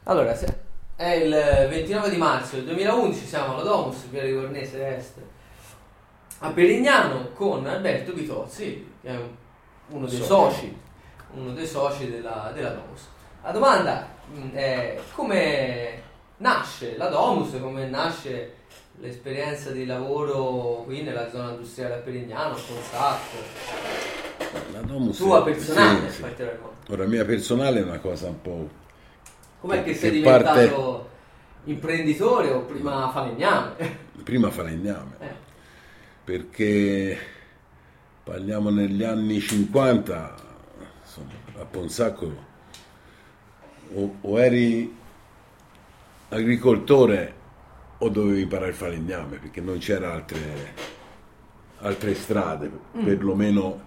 Allora, è il 29 di marzo del 2011, siamo alla Domus, via Livornese Est, a Perignano, con Alberto Vitozzi, che è uno dei soci della Domus. La domanda è come nasce la Domus, come nasce l'esperienza di lavoro qui nella zona industriale a Perignano, con Sacco. La Domus tua personale, sì. particolarmente. Ora, mia personale è una cosa un po'... Com'è che sei diventato imprenditore o prima falegname? Prima falegname, perché parliamo negli anni 50, insomma, a Ponsacco o eri agricoltore o dovevi imparare il falegname, perché non c'era altre strade, perlomeno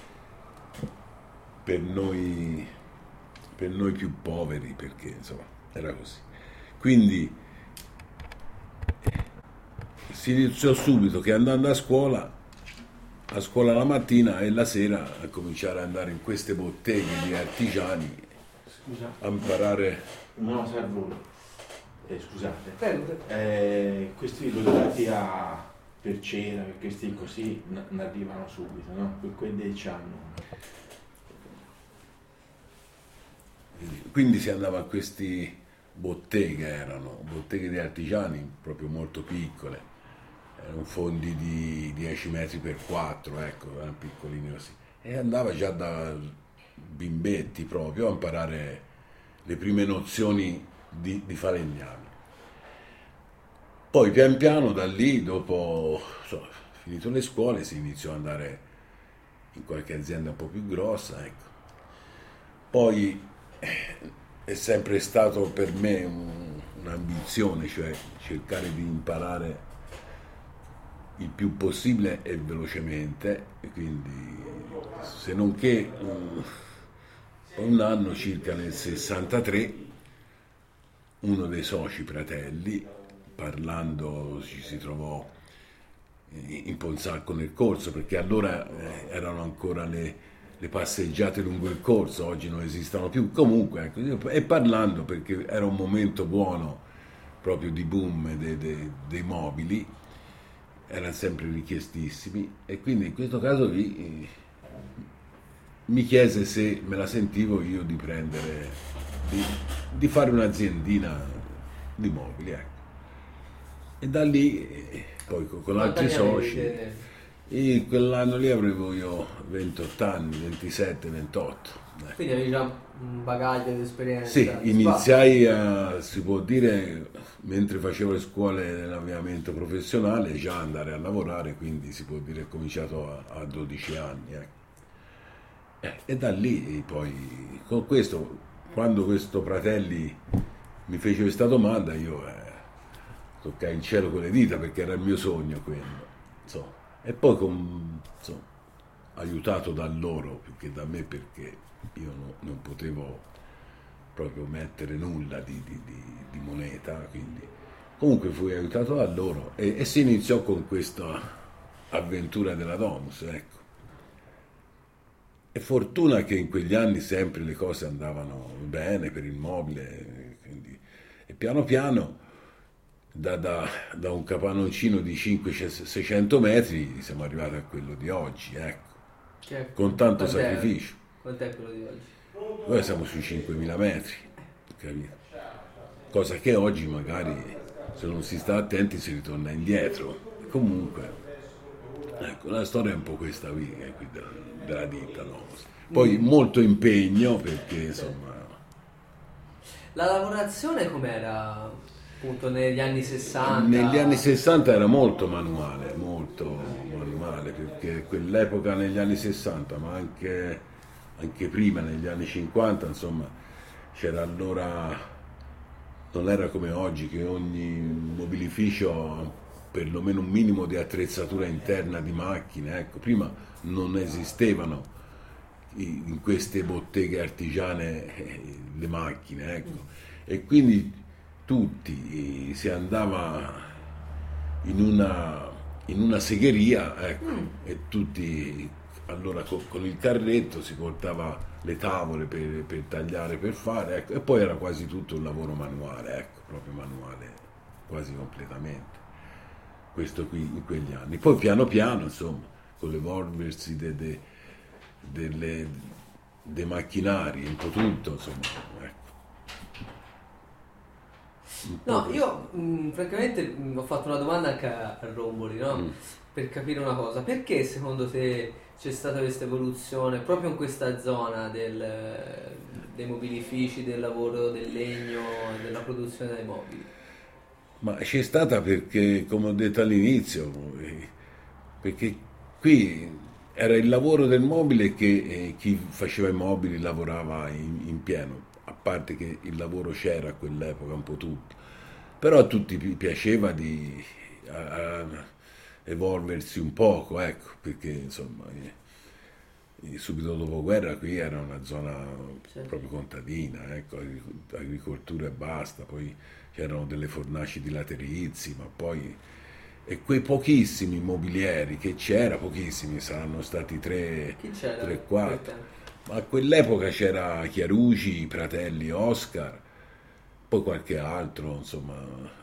per noi più poveri, perché insomma era così. Quindi si iniziò subito che andando a scuola la mattina e la sera a cominciare ad andare in queste botteghe di artigiani. Scusa. A imparare. No, servono. Scusate. Questi colorati per cera, questi così arrivano subito, no? Per quei 10 anni. Quindi si andava a queste botteghe, erano botteghe di artigiani proprio molto piccole, erano fondi di 10 metri per 4, ecco, erano piccolini così. E andava già da bimbetti proprio a imparare le prime nozioni di falegname. Poi pian piano da lì, dopo finito le scuole, si iniziò ad andare in qualche azienda un po' più grossa, ecco. Poi è sempre stato per me un'ambizione, cioè cercare di imparare il più possibile e velocemente, e quindi se non che un anno circa nel 63 uno dei soci Pratelli, parlando, ci si trovò in Ponsacco nel corso, perché allora erano ancora le passeggiate lungo il corso, oggi non esistono più, comunque ecco, e parlando, perché era un momento buono proprio di boom dei mobili, erano sempre richiestissimi, e quindi in questo caso mi chiese se me la sentivo io di prendere, di fare un'aziendina di mobili, ecco. E da lì poi con altri soci. E quell'anno lì avevo io 28 anni, 27, 28. Quindi avevi già un bagaglio di esperienza? Sì, iniziai si può dire, mentre facevo le scuole dell'avviamento professionale, già andare a lavorare, quindi si può dire che ho cominciato a 12 anni. E da lì poi, con questo, quando questo Pratelli mi fece questa domanda, io toccai il cielo con le dita, perché era il mio sogno quello, insomma. E poi aiutato da loro più che da me, perché io non potevo proprio mettere nulla di moneta, quindi comunque fui aiutato da loro e si iniziò con questa avventura della Domus, ecco. E fortuna che in quegli anni sempre le cose andavano bene per il mobile, quindi, e piano piano da un capanoncino di 500-600 metri siamo arrivati a quello di oggi, ecco, con tanto sacrificio. Quant'è quello di oggi? Noi siamo sui 5.000 metri, capito? Cosa che oggi magari, se non si sta attenti, si ritorna indietro. Comunque, ecco, la storia è un po' questa qui della ditta, no? Poi molto impegno, perché insomma... La lavorazione com'era? Appunto negli anni 60? Negli anni 60 era molto manuale, perché quell'epoca negli anni 60, ma anche prima, negli anni 50, insomma, c'era allora, non era come oggi che ogni mobilificio ha perlomeno un minimo di attrezzatura interna di macchine, ecco, prima non esistevano in queste botteghe artigiane le macchine, ecco, e quindi tutti si andava in una segheria, ecco, e tutti allora con il carretto si portava le tavole per tagliare, per fare, ecco. E poi era quasi tutto un lavoro manuale, ecco, proprio manuale, quasi completamente. Questo qui in quegli anni. Poi piano piano, insomma, con l'evolversi dei macchinari, un po' tutto, insomma, ecco. No, io francamente ho fatto una domanda anche a Romboli, no? Per capire una cosa, perché secondo te c'è stata questa evoluzione proprio in questa zona dei mobilifici, del lavoro del legno, della produzione dei mobili? Ma c'è stata perché, come ho detto all'inizio, perché qui era il lavoro del mobile che chi faceva i mobili lavorava in pieno, a parte che il lavoro c'era a quell'epoca un po' tutto, però a tutti piaceva di evolversi un poco, ecco, perché insomma subito dopo guerra qui era una zona proprio contadina, ecco, agricoltura e basta, poi c'erano delle fornaci di laterizi, ma poi e quei pochissimi immobilieri che c'era, pochissimi, saranno stati Chi c'era? 3-4, ma a quell'epoca c'era Chiarugi, Pratelli, Oscar, poi qualche altro, insomma,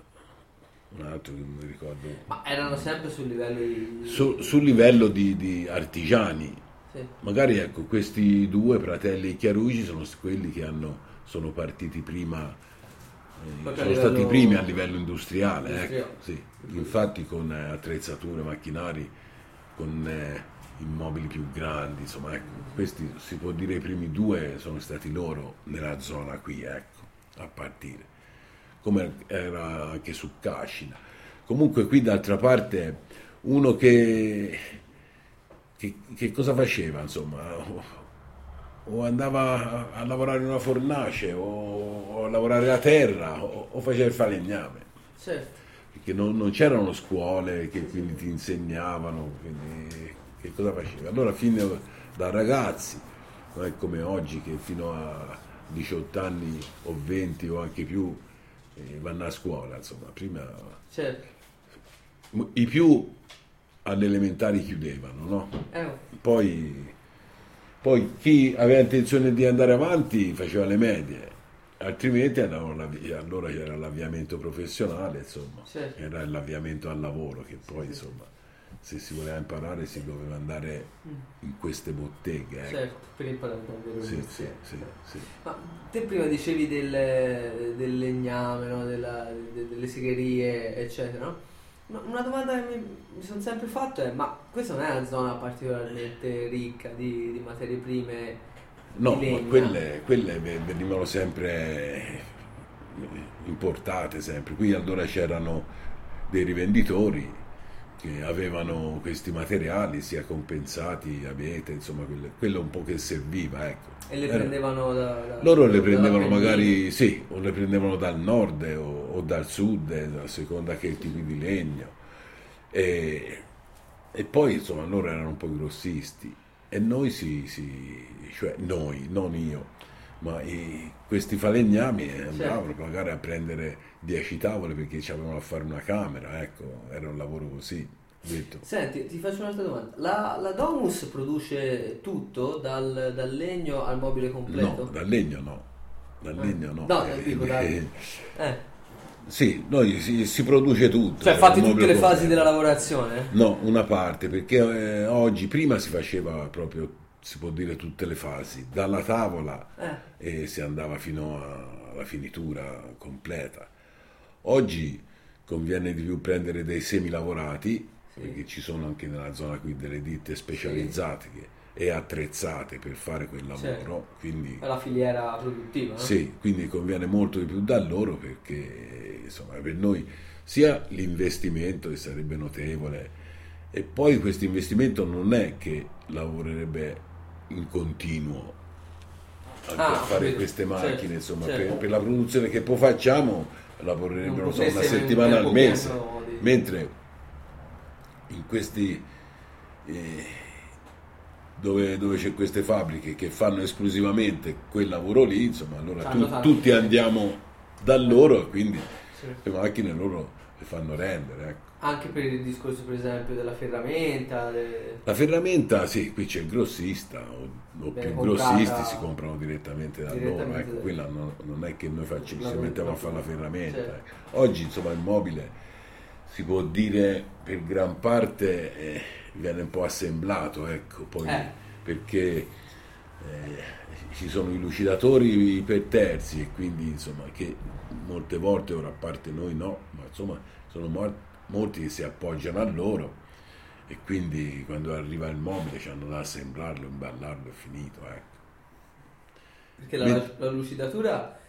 un altro che non mi ricordo. Ma erano sempre sul livello di... Sul livello di artigiani, Sì. magari ecco, questi due, Pratelli e Chiarugi, sono quelli che sono partiti prima. Proprio a Sono stati i livello primi a livello industriale, industriale. ecco, sì. Infatti con attrezzature, macchinari, con immobili più grandi, insomma, ecco, questi si può dire i primi due sono stati loro nella zona qui, ecco, a partire, come era anche su Cascina. Comunque qui d'altra parte uno che cosa faceva, insomma? O andava a lavorare in una fornace o a lavorare la terra o faceva il falegname, Certo. perché non c'erano scuole che quindi ti insegnavano, quindi che cosa facevi? Allora fin da ragazzi, non è come oggi che fino a 18 anni o 20 o anche più vanno a scuola, insomma, prima Certo. i più alle elementari chiudevano, no? Poi chi aveva intenzione di andare avanti faceva le medie, altrimenti allora c'era l'avviamento professionale, insomma, Certo. era l'avviamento al lavoro, che poi insomma, se si voleva imparare si doveva andare in queste botteghe. Ecco. Certo, per imparare a cambiare Sì, il sì, mestiere. sì, sì. Ma te prima dicevi del legname, no? Delle segherie, eccetera, no? Una domanda che mi sono sempre fatto è: ma questa non è una zona particolarmente ricca di materie prime No, di legna? ma quelle venivano sempre importate, sempre. Qui allora c'erano dei rivenditori che avevano questi materiali sia compensati, abete, insomma, quello un po' che serviva, ecco. E le prendevano Loro le dalla prendevano Pennina? magari, sì, o le prendevano dal nord o dal sud, a seconda che tipi di legno. E poi, insomma, loro erano un po' grossisti. E noi cioè noi, non io, ma questi falegnami andavano magari a prendere 10 tavole perché ci avevano a fare una camera, ecco, era un lavoro così, detto. Senti, ti faccio un'altra domanda. La Domus produce tutto, dal legno al mobile completo? No, dal legno no. No, dico Sì, noi si produce tutto. Cioè, fatti il tutte mobile le fasi completo. della lavorazione? No, una parte, perché oggi prima si faceva proprio, si può dire, tutte le fasi, dalla tavola e si andava fino alla finitura completa. Oggi conviene di più prendere dei semilavorati, perché ci sono anche nella zona qui delle ditte specializzate e attrezzate per fare quel lavoro, quindi È la filiera produttiva, no? sì, quindi conviene molto di più da loro perché insomma per noi sia l'investimento che sarebbe notevole e poi questo investimento non è che lavorerebbe in continuo anche a fare capito. queste macchine, insomma, certo. per la produzione che poi facciamo Non lavorerebbero potreste una in settimana tempo al mese, pieno di- mentre in questi dove c'è queste fabbriche che fanno esclusivamente quel lavoro lì, insomma, allora Fanno tanto tutti tempo. andiamo da loro e quindi Sì. le macchine loro le fanno rendere, ecco. Anche per il discorso, per esempio, della ferramenta. La ferramenta, sì, qui c'è il grossista o Viene più comprata grossisti si comprano direttamente da loro, direttamente ecco, da- quella non è che noi ci La- mettiamo a fare la ferramenta. certo. Oggi insomma il mobile si può dire per gran parte viene un po' assemblato, ecco, poi perché ci sono i lucidatori per terzi e quindi insomma che molte volte, ora a parte noi no, ma insomma sono molti che si appoggiano a loro e quindi quando arriva il mobile hanno da assemblarlo, imballarlo e finito, ecco. Perché la lucidatura...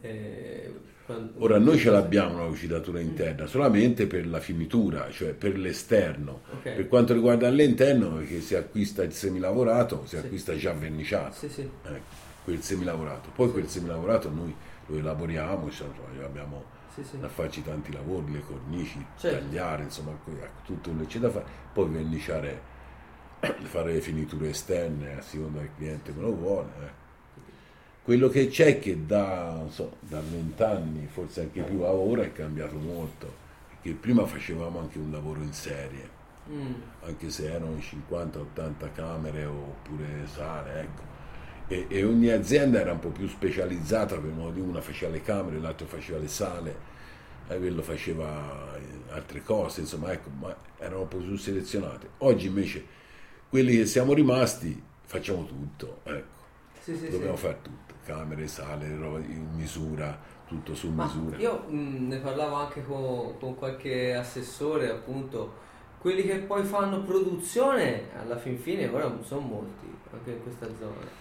Ora noi ce l'abbiamo una lucidatura interna solamente per la finitura, cioè per l'esterno. Ok. Per quanto riguarda l'interno, che si acquista il semilavorato, si Sì. acquista già verniciato, Sì, sì. ecco, quel semilavorato. Poi quel semilavorato noi lo elaboriamo, insomma, abbiamo Sì, sì. da farci tanti lavori, le cornici, Certo. tagliare, insomma, tutto quello che c'è da fare. Poi verniciare, fare le finiture esterne a seconda del cliente come lo vuole. Quello che c'è è che da 20 anni, forse anche più a ora, è cambiato molto, perché prima facevamo anche un lavoro in serie, anche se erano 50-80 camere oppure sale, ecco. E ogni azienda era un po' più specializzata, per modo di una faceva le camere, l'altro faceva le sale, e quello faceva altre cose, insomma, ecco, ma erano un po' più selezionate. Oggi invece quelli che siamo rimasti facciamo tutto, ecco. Sì, sì, Dobbiamo sì. fare tutto, camere, sale, roba in misura, tutto su Ma misura. io ne parlavo anche con qualche assessore, appunto, quelli che poi fanno produzione, alla fin fine ora non sono molti, anche in questa zona.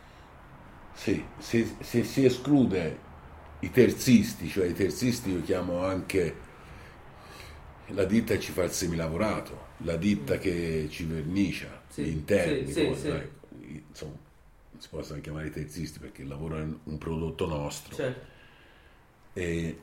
Sì, se si esclude i terzisti, cioè i terzisti io chiamo anche la ditta che ci fa il semilavorato, la ditta che ci vernicia Sì, gli interni, sì, poi, sì. ecco, insomma, si possono chiamare i terzisti perché lavorano un prodotto nostro. Certo. E,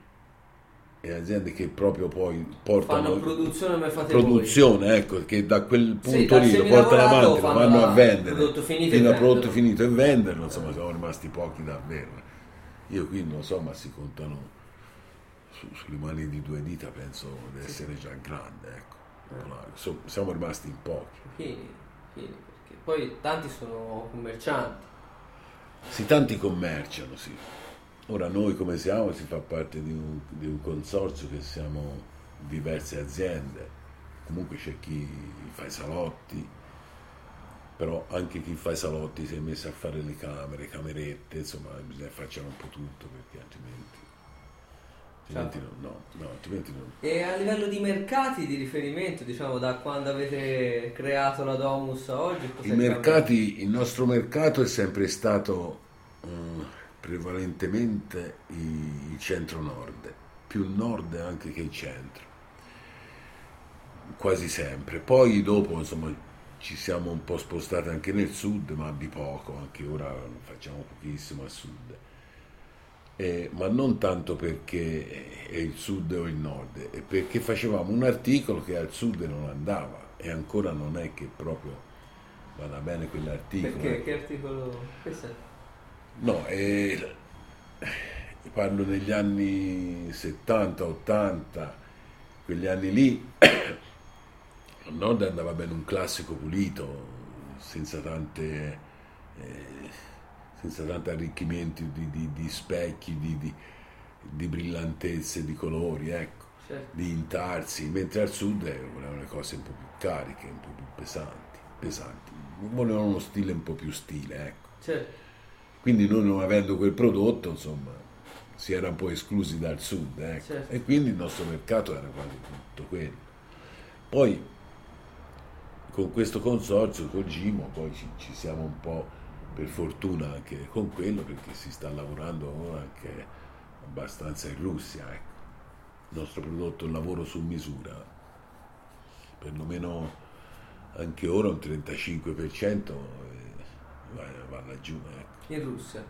e aziende che proprio poi portano Fanno produzione come fate produzione, ecco, che da quel punto dal lì lo portano semilavorato avanti, lo fanno vanno a vendere prodotto finito fino e a prodotto venderlo. finito e venderlo, insomma sono rimasti pochi davvero. Io qui non so, ma si contano sulle mani di due dita, penso di essere già grande, ecco. Siamo rimasti in pochi. Fini, perché poi tanti sono commercianti. Sì, tanti commerciano, sì. Ora noi come siamo si fa parte di un consorzio che siamo diverse aziende, comunque c'è chi fa i salotti, però anche chi fa i salotti si è messo a fare le camere, camerette, insomma bisogna facciano un po' tutto perché altrimenti altrimenti non. E a livello di mercati di riferimento, diciamo, da quando avete creato la Domus a oggi, cos'è I mercati, il nostro mercato è sempre stato prevalentemente il centro-nord, più nord anche che il centro, quasi sempre. Poi dopo, insomma, ci siamo un po' spostati anche nel sud, ma di poco, anche ora facciamo pochissimo a sud. Ma non tanto perché è il sud o il nord, è perché facevamo un articolo che al sud non andava e ancora non è che proprio vada bene quell'articolo. Perché? Che articolo? Questo è? No, parlo negli anni 70-80, quegli anni lì, al nord andava bene un classico pulito, senza tanti arricchimenti di specchi, di brillantezze, di colori, ecco, Certo. di intarsi, mentre al sud volevano le cose un po' più cariche, un po' più pesanti. Volevano uno stile un po' più stile, ecco. Certo. Quindi noi non avendo quel prodotto, insomma, si era un po' esclusi dal sud, ecco. Certo. E quindi il nostro mercato era quasi tutto quello. Poi con questo consorzio, con Gimo, poi ci siamo un po', per fortuna, anche con quello, perché si sta lavorando ora anche abbastanza in Russia, ecco. Il nostro prodotto è un lavoro su misura, perlomeno anche ora un 35% va laggiù, ecco. In Russia.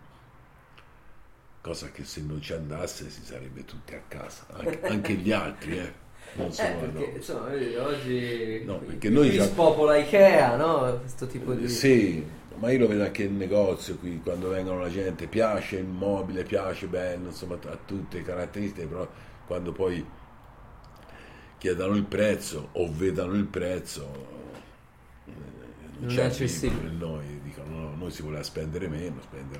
Cosa che se non ci andasse si sarebbe tutti a casa, anche gli altri, non solo Perché no. insomma, vedi, oggi No, perché noi qui già- spopola Ikea, no? Questo tipo di... Sì, ma io lo vedo anche in negozio qui, quando vengono la gente, piace il mobile, piace bello, insomma ha tutte le caratteristiche, però quando poi chiedano il prezzo o vedano il prezzo, Non c'è è accessibile. per noi, dicono no, noi si voleva spendere meno,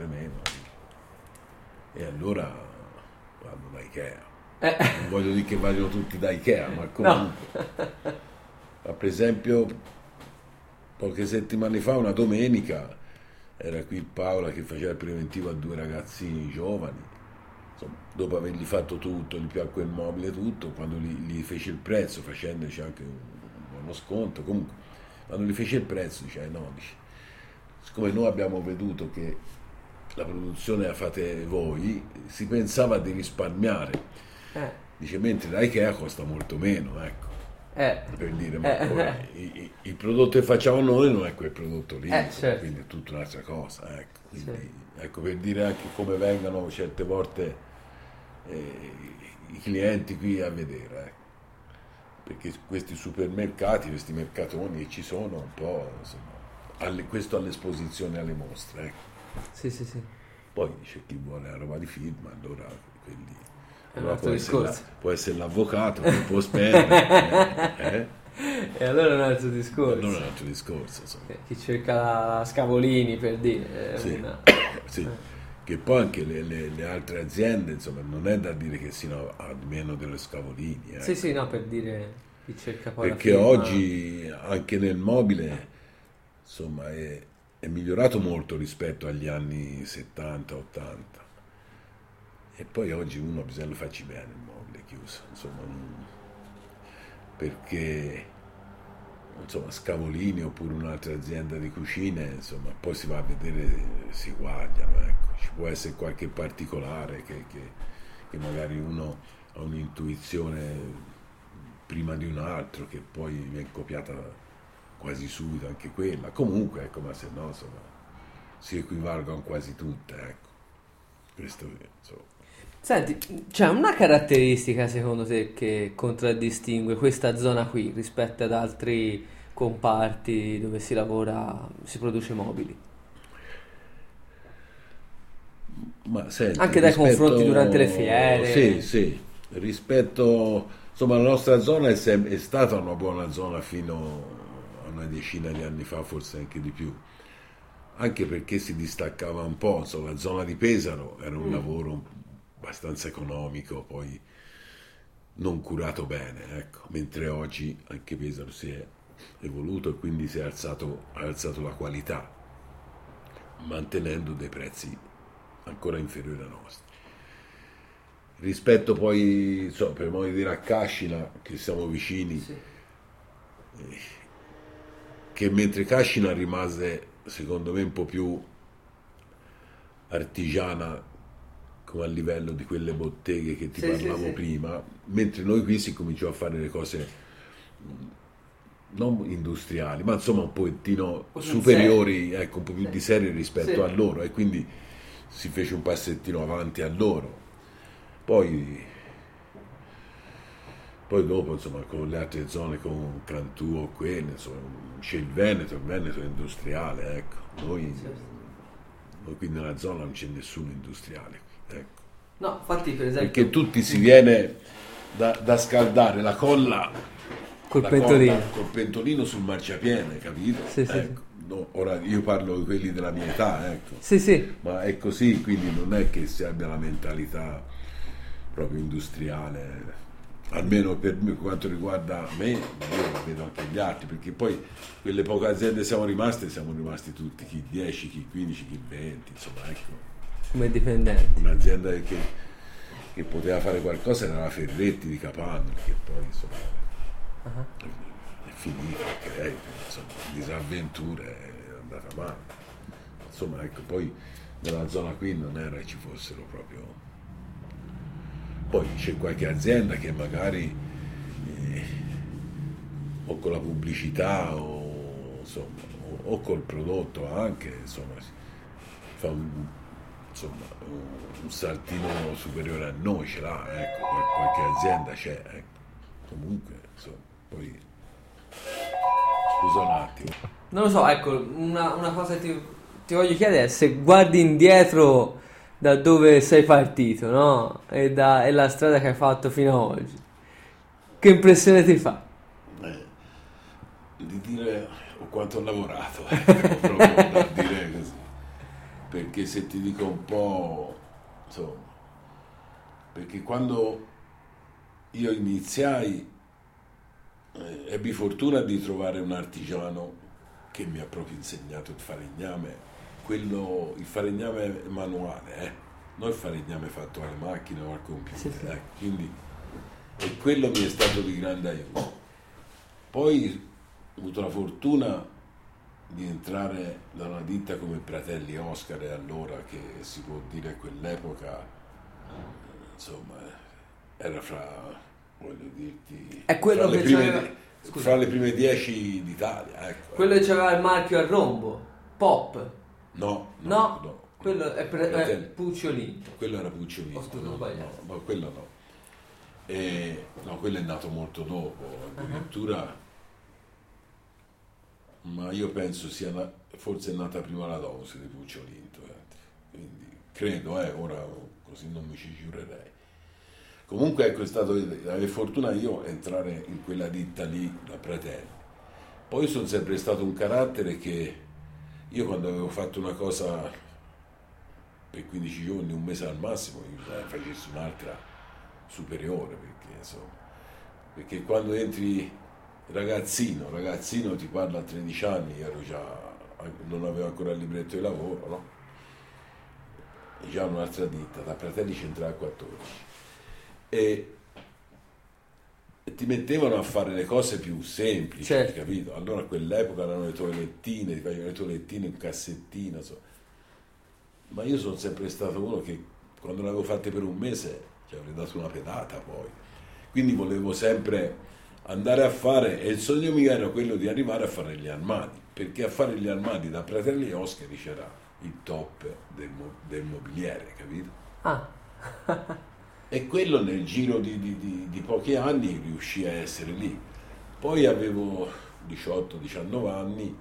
e allora vanno da Ikea. Non voglio dire che vadano tutti da Ikea, ma comunque. Ma per esempio, poche settimane fa, una domenica, era qui Paola che faceva il preventivo a 2 ragazzini giovani. Insomma, dopo avergli fatto tutto, gli piacque il mobile, tutto, quando gli fece il prezzo, facendoci anche un buono sconto, comunque, quando gli fece il prezzo, dice, no, dice, siccome noi abbiamo veduto che la produzione la fate voi, si pensava di risparmiare. Dice, mentre da Ikea costa molto meno, ecco. Per dire, ma ora, il prodotto che facciamo noi non è quel prodotto lì, certo. quindi è tutta un'altra cosa, ecco. Quindi, ecco, per dire anche come vengono certe volte i clienti qui a vedere, ecco. Perché questi supermercati, questi mercatoni che ci sono un po', insomma, questo all'esposizione, alle mostre, ecco. Sì. Poi c'è chi vuole la roba di film, allora quelli... È un Allora altro discorso. può essere l'avvocato che può spendere. E allora è un altro discorso. Non è un altro discorso, insomma. Chi cerca la Scavolini, per dire. Sì, sì. Che poi anche le altre aziende, insomma, non è da dire che siano a meno delle Scavolini. Sì, no, per dire chi cerca poi perché la firma. oggi anche nel mobile, insomma, è migliorato molto rispetto agli anni 70-80. E poi oggi uno bisogna lo farci bene il mobile chiuso, insomma, perché insomma Scavolini oppure un'altra azienda di cucine, insomma, poi si va a vedere, si guardano, ecco. Ci può essere qualche particolare che magari uno ha un'intuizione prima di un altro, che poi viene copiata quasi subito anche quella, comunque, ecco, ma se no, insomma, si equivalgono quasi tutte, ecco. Questo, insomma. Senti, c'è una caratteristica secondo te che contraddistingue questa zona qui rispetto ad altri comparti dove si lavora, si produce mobili? Ma senti, Anche dai confronti durante le fiere. Sì, rispetto, insomma, la nostra zona è stata una buona zona fino a una decina di anni fa, forse anche di più, anche perché si distaccava un po', insomma, la zona di Pesaro era un lavoro abbastanza economico, poi non curato bene, ecco, mentre oggi anche Pesaro si è evoluto e quindi si è alzato la qualità, mantenendo dei prezzi ancora inferiori ai nostri. Rispetto poi, insomma, per modo di dire, a Cascina, che siamo vicini, Sì. che mentre Cascina rimase secondo me un po' più artigiana come a livello di quelle botteghe che ti parlavo prima, mentre noi qui si cominciò a fare le cose non industriali, ma insomma un pochettino superiori, ecco, un po' più di serie rispetto a loro, e quindi si fece un passettino avanti a loro. Poi dopo, insomma, con le altre zone, con Cantù o quelle, insomma, c'è il Veneto è industriale, ecco. Noi qui nella zona non c'è nessuno industriale, ecco. No, infatti, per esempio, perché tutti si viene da scaldare la colla col pentolino. Col pentolino sul marciapiede, capito? Sì. Ecco. No, ora io parlo di quelli della mia età, ecco. Sì. Ma è così, quindi non è che si abbia la mentalità proprio industriale, almeno per quanto riguarda me, ma io lo vedo anche gli altri, perché poi quelle poche aziende siamo rimasti tutti, chi 10, chi 15, chi 20, insomma, ecco. Come dipendenti. Un'azienda che poteva fare qualcosa era la Ferretti di Capanna, che poi, insomma, è finita, perché insomma, disavventure, è andata male. Insomma, ecco, poi nella zona qui non era che ci fossero proprio. Poi c'è qualche azienda che magari o con la pubblicità o, insomma, o col prodotto anche, insomma, fa un saltino superiore a noi, ce l'ha, ecco, qualche azienda c'è, ecco. Comunque, insomma, poi scusa un attimo. Non lo so, ecco, una cosa che ti voglio chiedere è se guardi indietro da dove sei partito, no? E la strada che hai fatto fino ad oggi. Che impressione ti fa? Di dire quanto ho lavorato, proprio da dire così. Perché se ti dico un po', insomma, perché quando io iniziai ebbi fortuna di trovare un artigiano che mi ha proprio insegnato il falegname, il falegname manuale, non il falegname fatto alle macchine o al computer, Sì, sì. Quindi, e quello mi è stato di grande aiuto. Poi ho avuto la fortuna di entrare da una ditta come Fratelli Oscar, e allora, che si può dire a quell'epoca, insomma, era voglio dirti, È quello che fra le prime 10 d'Italia, ecco. Quello che c'aveva il marchio a rombo, Pop. No. Quello è Pucciolino. Quello era Pucciolino. Ho sbagliato. No, quello no. No, quello è nato molto dopo, addirittura. Ma io penso forse è nata prima la Domus di Pucciolino, quindi credo, ora così non mi ci giurerei. Comunque ecco, è stato avere fortuna io entrare in quella ditta lì da Fratelli. Poi sono sempre stato un carattere che io, quando avevo fatto una cosa per 15 giorni, un mese al massimo, io facessi un'altra superiore, perché quando entri ragazzino ti parla a 13 anni, non avevo ancora il libretto di lavoro, no? Già un'altra ditta, da Fratelli c'entrava a 14. E ti mettevano a fare le cose più semplici, certo. Capito? Allora a quell'epoca erano le toilettine, ti facevano le toilettine in cassettino, ma io sono sempre stato uno che, quando le avevo fatte per un mese, ci avrei dato una pedata poi. Quindi volevo sempre andare a fare, e il sogno mio era quello di arrivare a fare gli armadi, perché a fare gli armadi da Fratelli Oscar c'era il top del mobiliere, capito? E quello nel giro di pochi anni riuscì a essere lì. Poi avevo 18-19 anni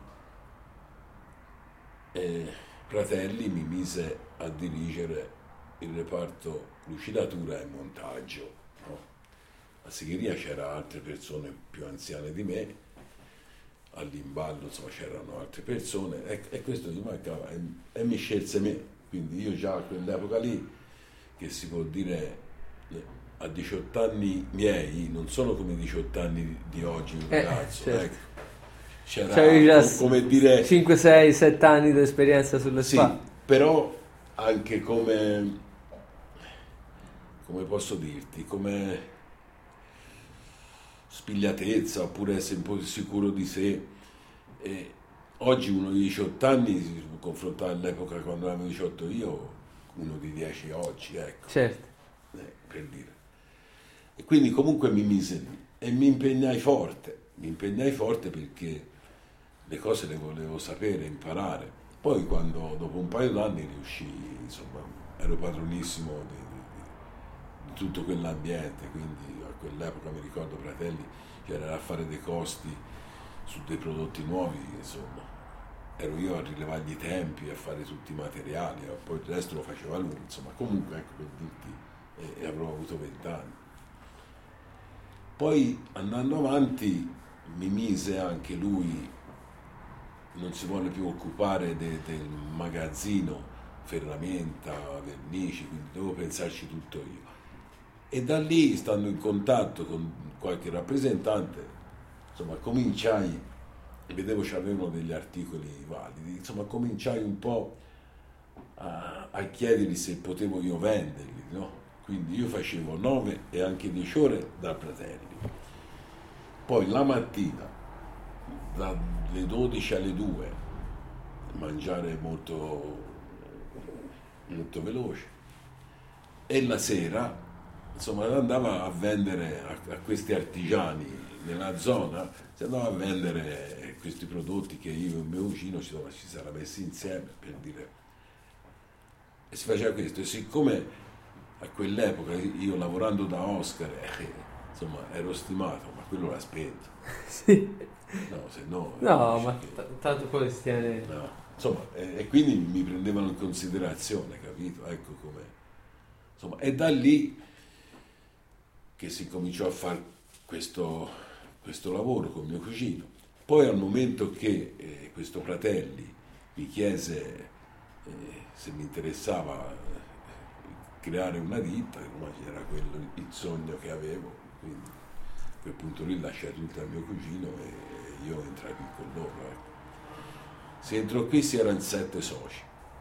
e Fratelli mi mise a dirigere il reparto lucidatura e montaggio, no? A Sigheria c'era altre persone più anziane di me, all'imballo insomma c'erano altre persone, e questo mi mancava, e mi scelse me. Quindi io già a quell'epoca lì, che si può dire a 18 anni miei, non sono come i 18 anni di oggi un ragazzo, certo. C'era come dire 5, 6, 7 anni di esperienza sulle spalle. Sì, però anche come posso dirti, come spigliatezza, oppure essere un po' sicuro di sé. E oggi uno di 18 anni si può confrontare all'epoca quando avevo 18 io, uno di 10 oggi, ecco. Certo. Per dire. E quindi comunque mi mise lì e mi impegnai forte perché le cose le volevo sapere, imparare. Poi quando dopo un paio d'anni riuscii, insomma, ero padronissimo di tutto quell'ambiente, quindi a quell'epoca mi ricordo Fratelli c'era da fare dei costi su dei prodotti nuovi, insomma. Ero io a rilevargli i tempi, a fare tutti i materiali, poi il resto lo faceva lui, insomma. Comunque ecco, per dirti, e avrò avuto 20 anni. Poi andando avanti mi mise anche lui, non si vuole più occupare del magazzino, ferramenta, vernici, quindi devo pensarci tutto io. E da lì, stando in contatto con qualche rappresentante, insomma cominciai, vedevo c'avevano degli articoli validi, insomma cominciai un po' a chiedergli se potevo io venderli, no? Quindi io facevo 9 e anche 10 ore da Fratelli. Poi la mattina, dalle 12 alle 2, mangiare molto, molto veloce, e la sera, insomma, andava a vendere a questi artigiani nella zona, si andava a vendere questi prodotti che io e il mio vicino ci sarà messi insieme, per dire. E si faceva questo, e siccome a quell'epoca io, lavorando da Oscar, insomma, ero stimato, ma quello l'ha spento. Sì. No, se no... No, ma tanto poi stiane... No. Insomma, e quindi mi prendevano in considerazione, capito? Ecco com'è. Insomma, è da lì che si cominciò a fare questo lavoro con mio cugino. Poi al momento che questo Fratelli mi chiese se mi interessava creare una ditta, era quello il sogno che avevo, quindi a quel punto lì lasciai tutto a mio cugino e io entrai qui con loro. Ecco. Se entro qui si erano 7 soci,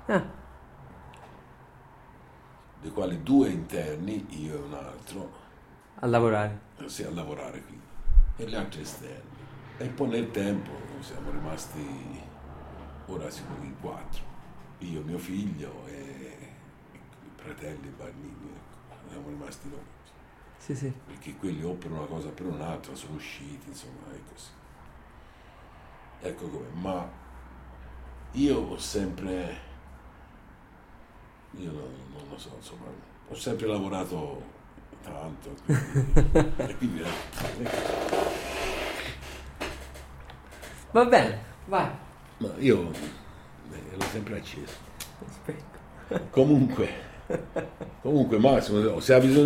dei quali 2 interni, io e un altro, A lavorare. sì, a lavorare qui, e gli altri esterni. E poi nel tempo siamo rimasti, ora siamo in 4, io, mio figlio e i fratelli e Barnini, ecco. Siamo rimasti noi. Sì, sì. Perché quelli o per una cosa o per un'altra sono usciti, insomma, è così. Ecco come, ma io ho sempre, io non lo so, insomma, ho sempre lavorato tanto, e quindi Va bene, vai. ma io l'ho sempre acceso. Aspetta. Comunque Massimo, se ha bisogno